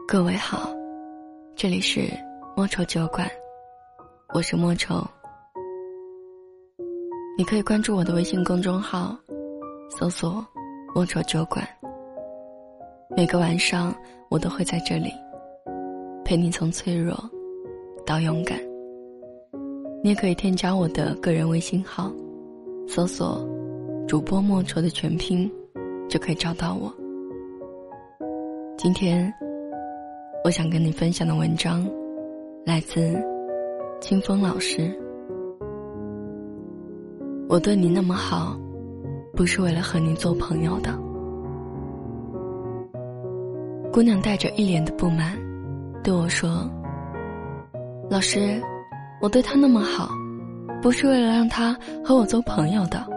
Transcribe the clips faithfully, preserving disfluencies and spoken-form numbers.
各位好，这里是莫愁酒馆，我是莫愁。你可以关注我的微信公众号，搜索莫愁酒馆。每个晚上我都会在这里陪你从脆弱到勇敢。你也可以添加我的个人微信号，搜索主播莫愁的全拼，就可以找到我。今天我想跟你分享的文章来自清风老师。我对你那么好，不是为了和你做朋友的。姑娘带着一脸的不满对我说，老师，我对他那么好，不是为了让他和我做朋友的。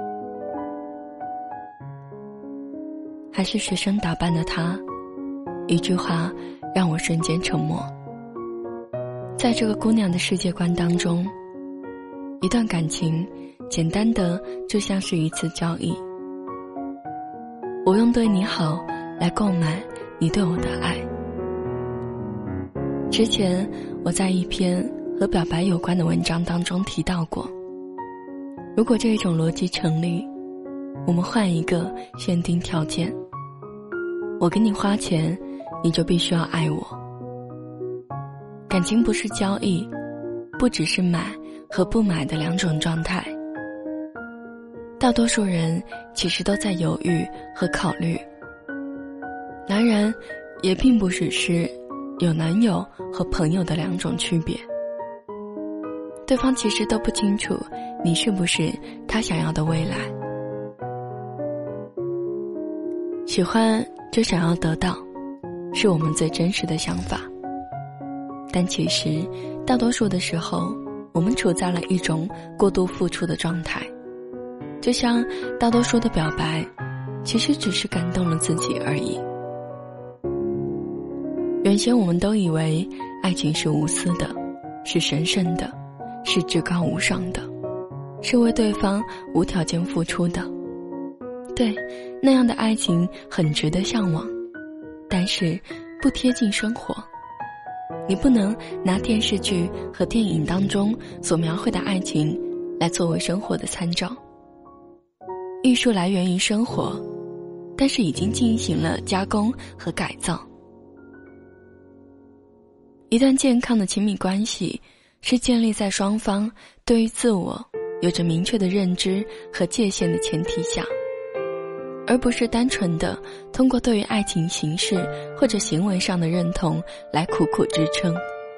还是学生打扮的他，一句话让我瞬间沉默。在这个姑娘的世界观当中，一段感情简单的就像是一次交易，我用对你好来购买你对我的爱。之前我在一篇和表白有关的文章当中提到过，如果这种逻辑成立，我们换一个限定条件，我给你花钱，你就必须要爱我。感情不是交易，不只是买和不买的两种状态。大多数人其实都在犹豫和考虑。男人也并不只是有男友和朋友的两种区别，对方其实都不清楚你是不是他想要的未来。喜欢就想要得到，是我们最真实的想法。但其实大多数的时候，我们处在了一种过度付出的状态。就像大多数的表白，其实只是感动了自己而已。原先我们都以为爱情是无私的，是神圣的，是至高无上的，是为对方无条件付出的。对，那样的爱情很值得向往，但是不贴近生活。你不能拿电视剧和电影当中所描绘的爱情来作为生活的参照。艺术来源于生活，但是已经进行了加工和改造。一段健康的亲密关系是建立在双方对于自我有着明确的认知和界限的前提下，而不是单纯的通过对于爱情形式或者行为上的认同来苦苦支撑。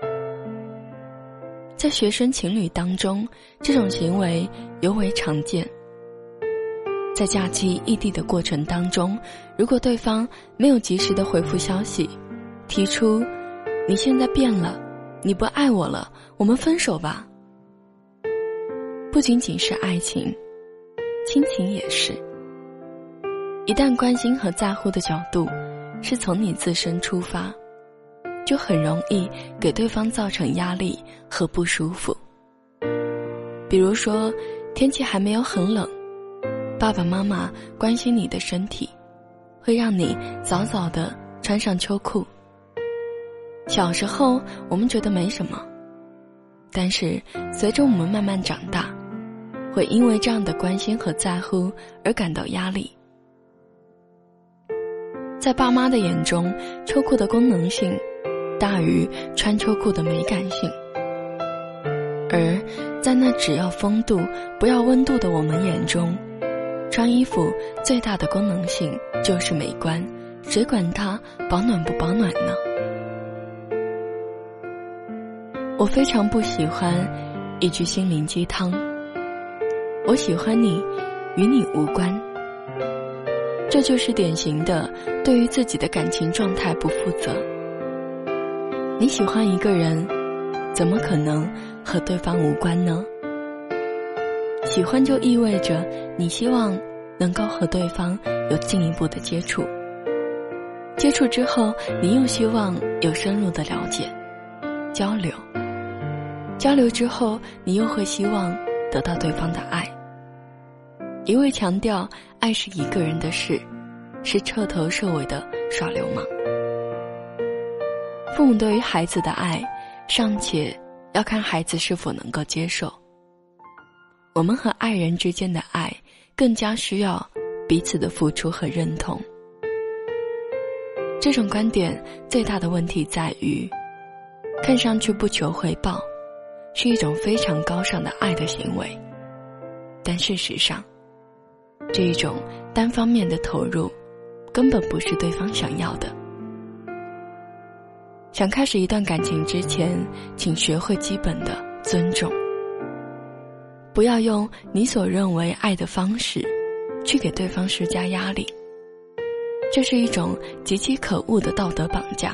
在学生情侣当中，这种行为尤为常见。在假期异地的过程当中，如果对方没有及时的回复消息，提出你现在变了，你不爱我了，我们分手吧。不仅仅是爱情，亲情也是。一旦关心和在乎的角度是从你自身出发，就很容易给对方造成压力和不舒服。比如说，天气还没有很冷，爸爸妈妈关心你的身体，会让你早早地穿上秋裤。小时候我们觉得没什么，但是随着我们慢慢长大，会因为这样的关心和在乎而感到压力。在爸妈的眼中，秋裤的功能性大于穿秋裤的美感性，而在那只要风度不要温度的我们眼中，穿衣服最大的功能性就是美观，谁管它保暖不保暖呢？我非常不喜欢一句心灵鸡汤，我喜欢你，与你无关。这就是典型的对于自己的感情状态不负责。你喜欢一个人，怎么可能和对方无关呢？喜欢就意味着你希望能够和对方有进一步的接触，接触之后你又希望有深入的了解交流，交流之后你又会希望得到对方的爱。一味强调爱是一个人的事，是彻头彻尾的耍流氓。 父母对于孩子的爱，尚且要看孩子是否能够接受。我们和爱人之间的爱，更加需要彼此的付出和认同。这种观点最大的问题在于，看上去不求回报，是一种非常高尚的爱的行为，但事实上，这一种单方面的投入，根本不是对方想要的。想开始一段感情之前，请学会基本的尊重。不要用你所认为爱的方式，去给对方施加压力。这是一种极其可恶的道德绑架。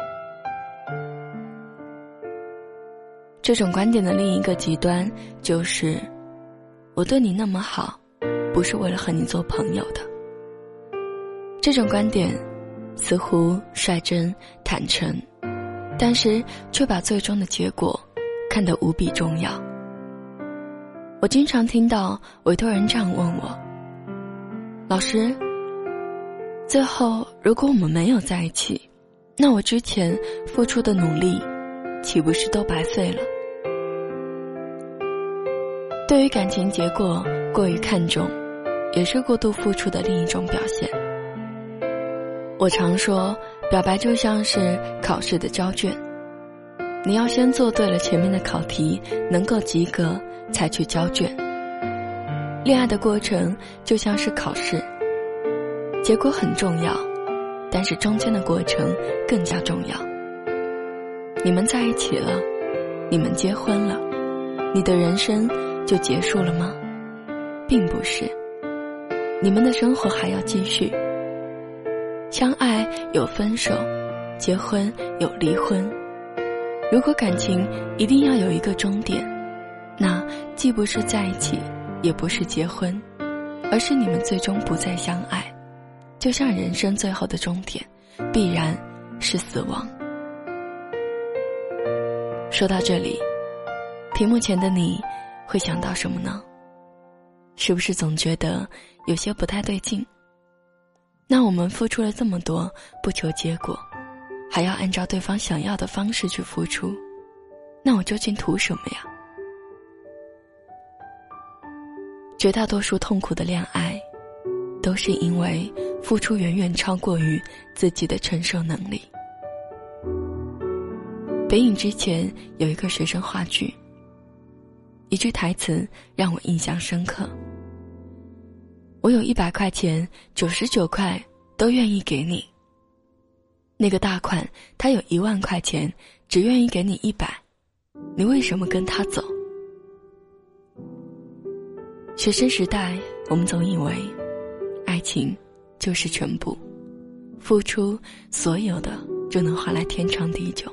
这种观点的另一个极端就是，我对你那么好，不是为了和你做朋友的。这种观点似乎率真坦诚，但是却把最终的结果看得无比重要。我经常听到委托人这样问我，老师，最后如果我们没有在一起，那我之前付出的努力岂不是都白费了？对于感情结果过于看重，也是过度付出的另一种表现。我常说，表白就像是考试的交卷，你要先做对了前面的考题，能够及格才去交卷。恋爱的过程就像是考试，结果很重要，但是中间的过程更加重要。你们在一起了，你们结婚了，你的人生就结束了吗？并不是，你们的生活还要继续。相爱有分手，结婚有离婚。如果感情一定要有一个终点，那既不是在一起，也不是结婚，而是你们最终不再相爱。就像人生最后的终点，必然是死亡。说到这里，屏幕前的你会想到什么呢？是不是总觉得有些不太对劲？那我们付出了这么多，不求结果，还要按照对方想要的方式去付出，那我究竟图什么呀？绝大多数痛苦的恋爱，都是因为付出远远超过于自己的承受能力。北影之前有一个学生话剧，一句台词让我印象深刻，我有一百块钱，九十九块都愿意给你。那个大款他有一万块钱，只愿意给你一百，你为什么跟他走？学生时代，我们总以为爱情就是全部，付出所有的就能换来天长地久。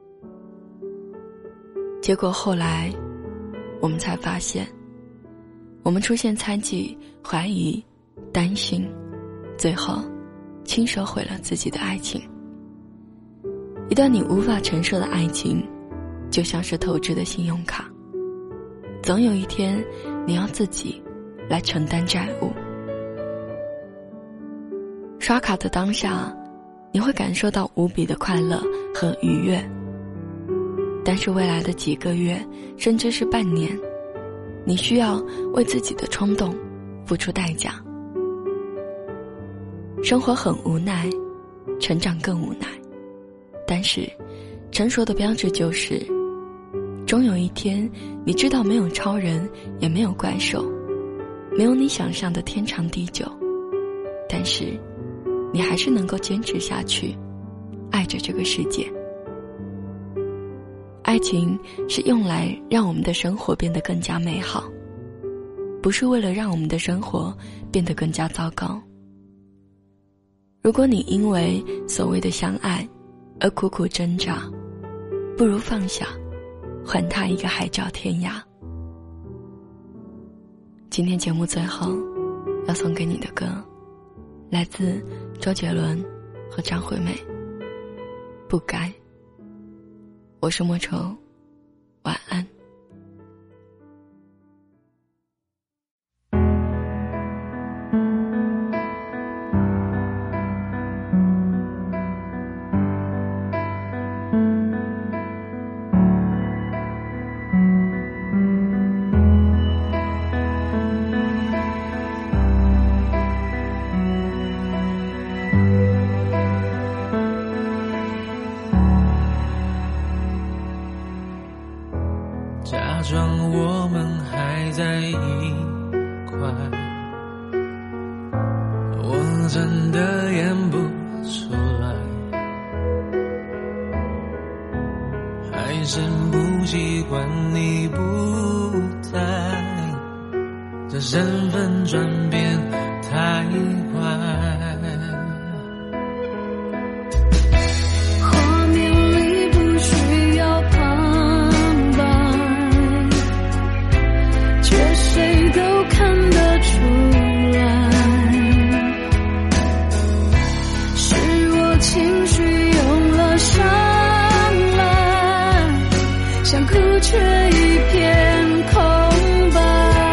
结果后来我们才发现，我们出现猜忌、怀疑、担心，最后亲手毁了自己的爱情。一段你无法承受的爱情，就像是透支的信用卡，总有一天你要自己来承担债务。刷卡的当下，你会感受到无比的快乐和愉悦，但是未来的几个月甚至是半年，你需要为自己的冲动付出代价。生活很无奈，成长更无奈，但是成熟的标志就是，终有一天你知道没有超人，也没有怪兽，没有你想象的天长地久，但是你还是能够坚持下去，爱着这个世界。爱情是用来让我们的生活变得更加美好，不是为了让我们的生活变得更加糟糕。如果你因为所谓的相爱而苦苦挣扎，不如放下，还他一个海角天涯。今天节目最后要送给你的歌，来自周杰伦和张惠妹，不该。我是莫愁，晚安。 真的演不出来，还是不习惯你不在，这身份转变太快。 画面里不需要旁白，却谁都看得出来，是我情绪用了上来，想哭却一片空白。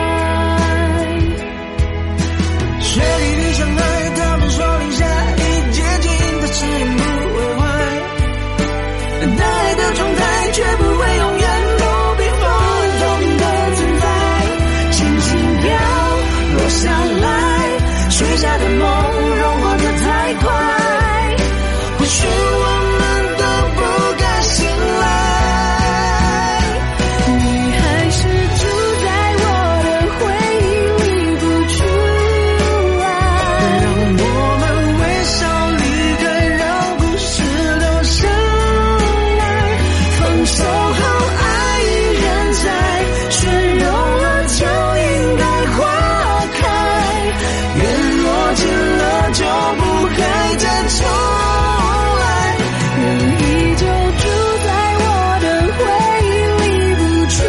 雪地里相爱，他们说零下一接近的誓言不会坏，但爱的状态却不会永远都避风中的存在。轻轻飘落下来，许下的梦融化得太快，或许我们都不该醒来。 你还是住在我的回忆里不出来， 让我们微笑离开，让故事留下来。 放手后爱依然在，雪融了就应该花开， 雨落尽了就不该再重来。 人依旧住在我的回忆里不出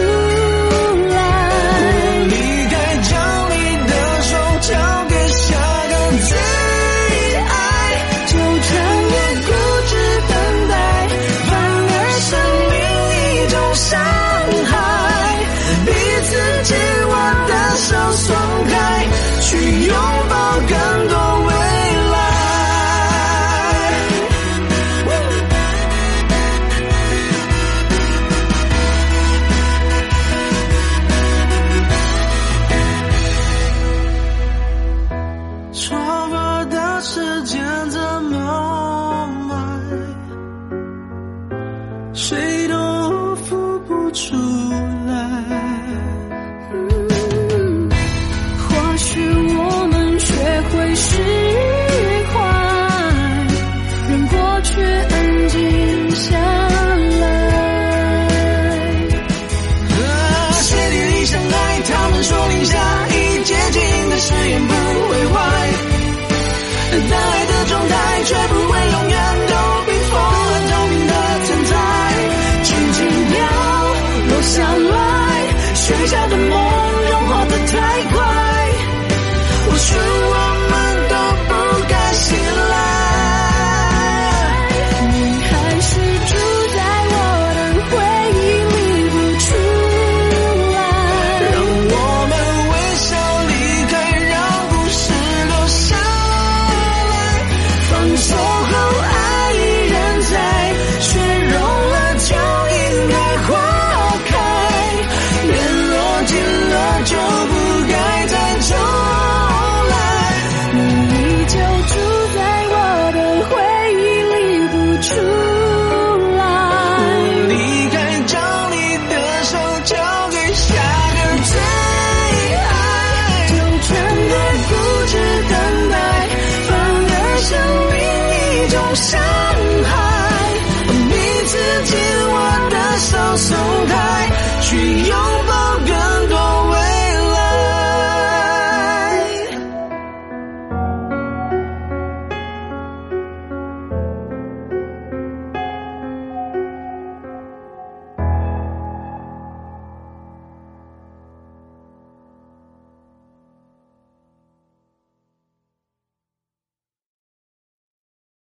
来。 离开，将你的手交给下个最爱， 就穿越固执等待，反而生命一种伤害。 彼此紧握的手松开，去拥抱更多未来。错过的时间怎么买，谁都付不出来。 嗯，或许我们学会释怀，让过去安静下来。 啊，雪地里相爱，他们说零下一接近的誓言不会坏，但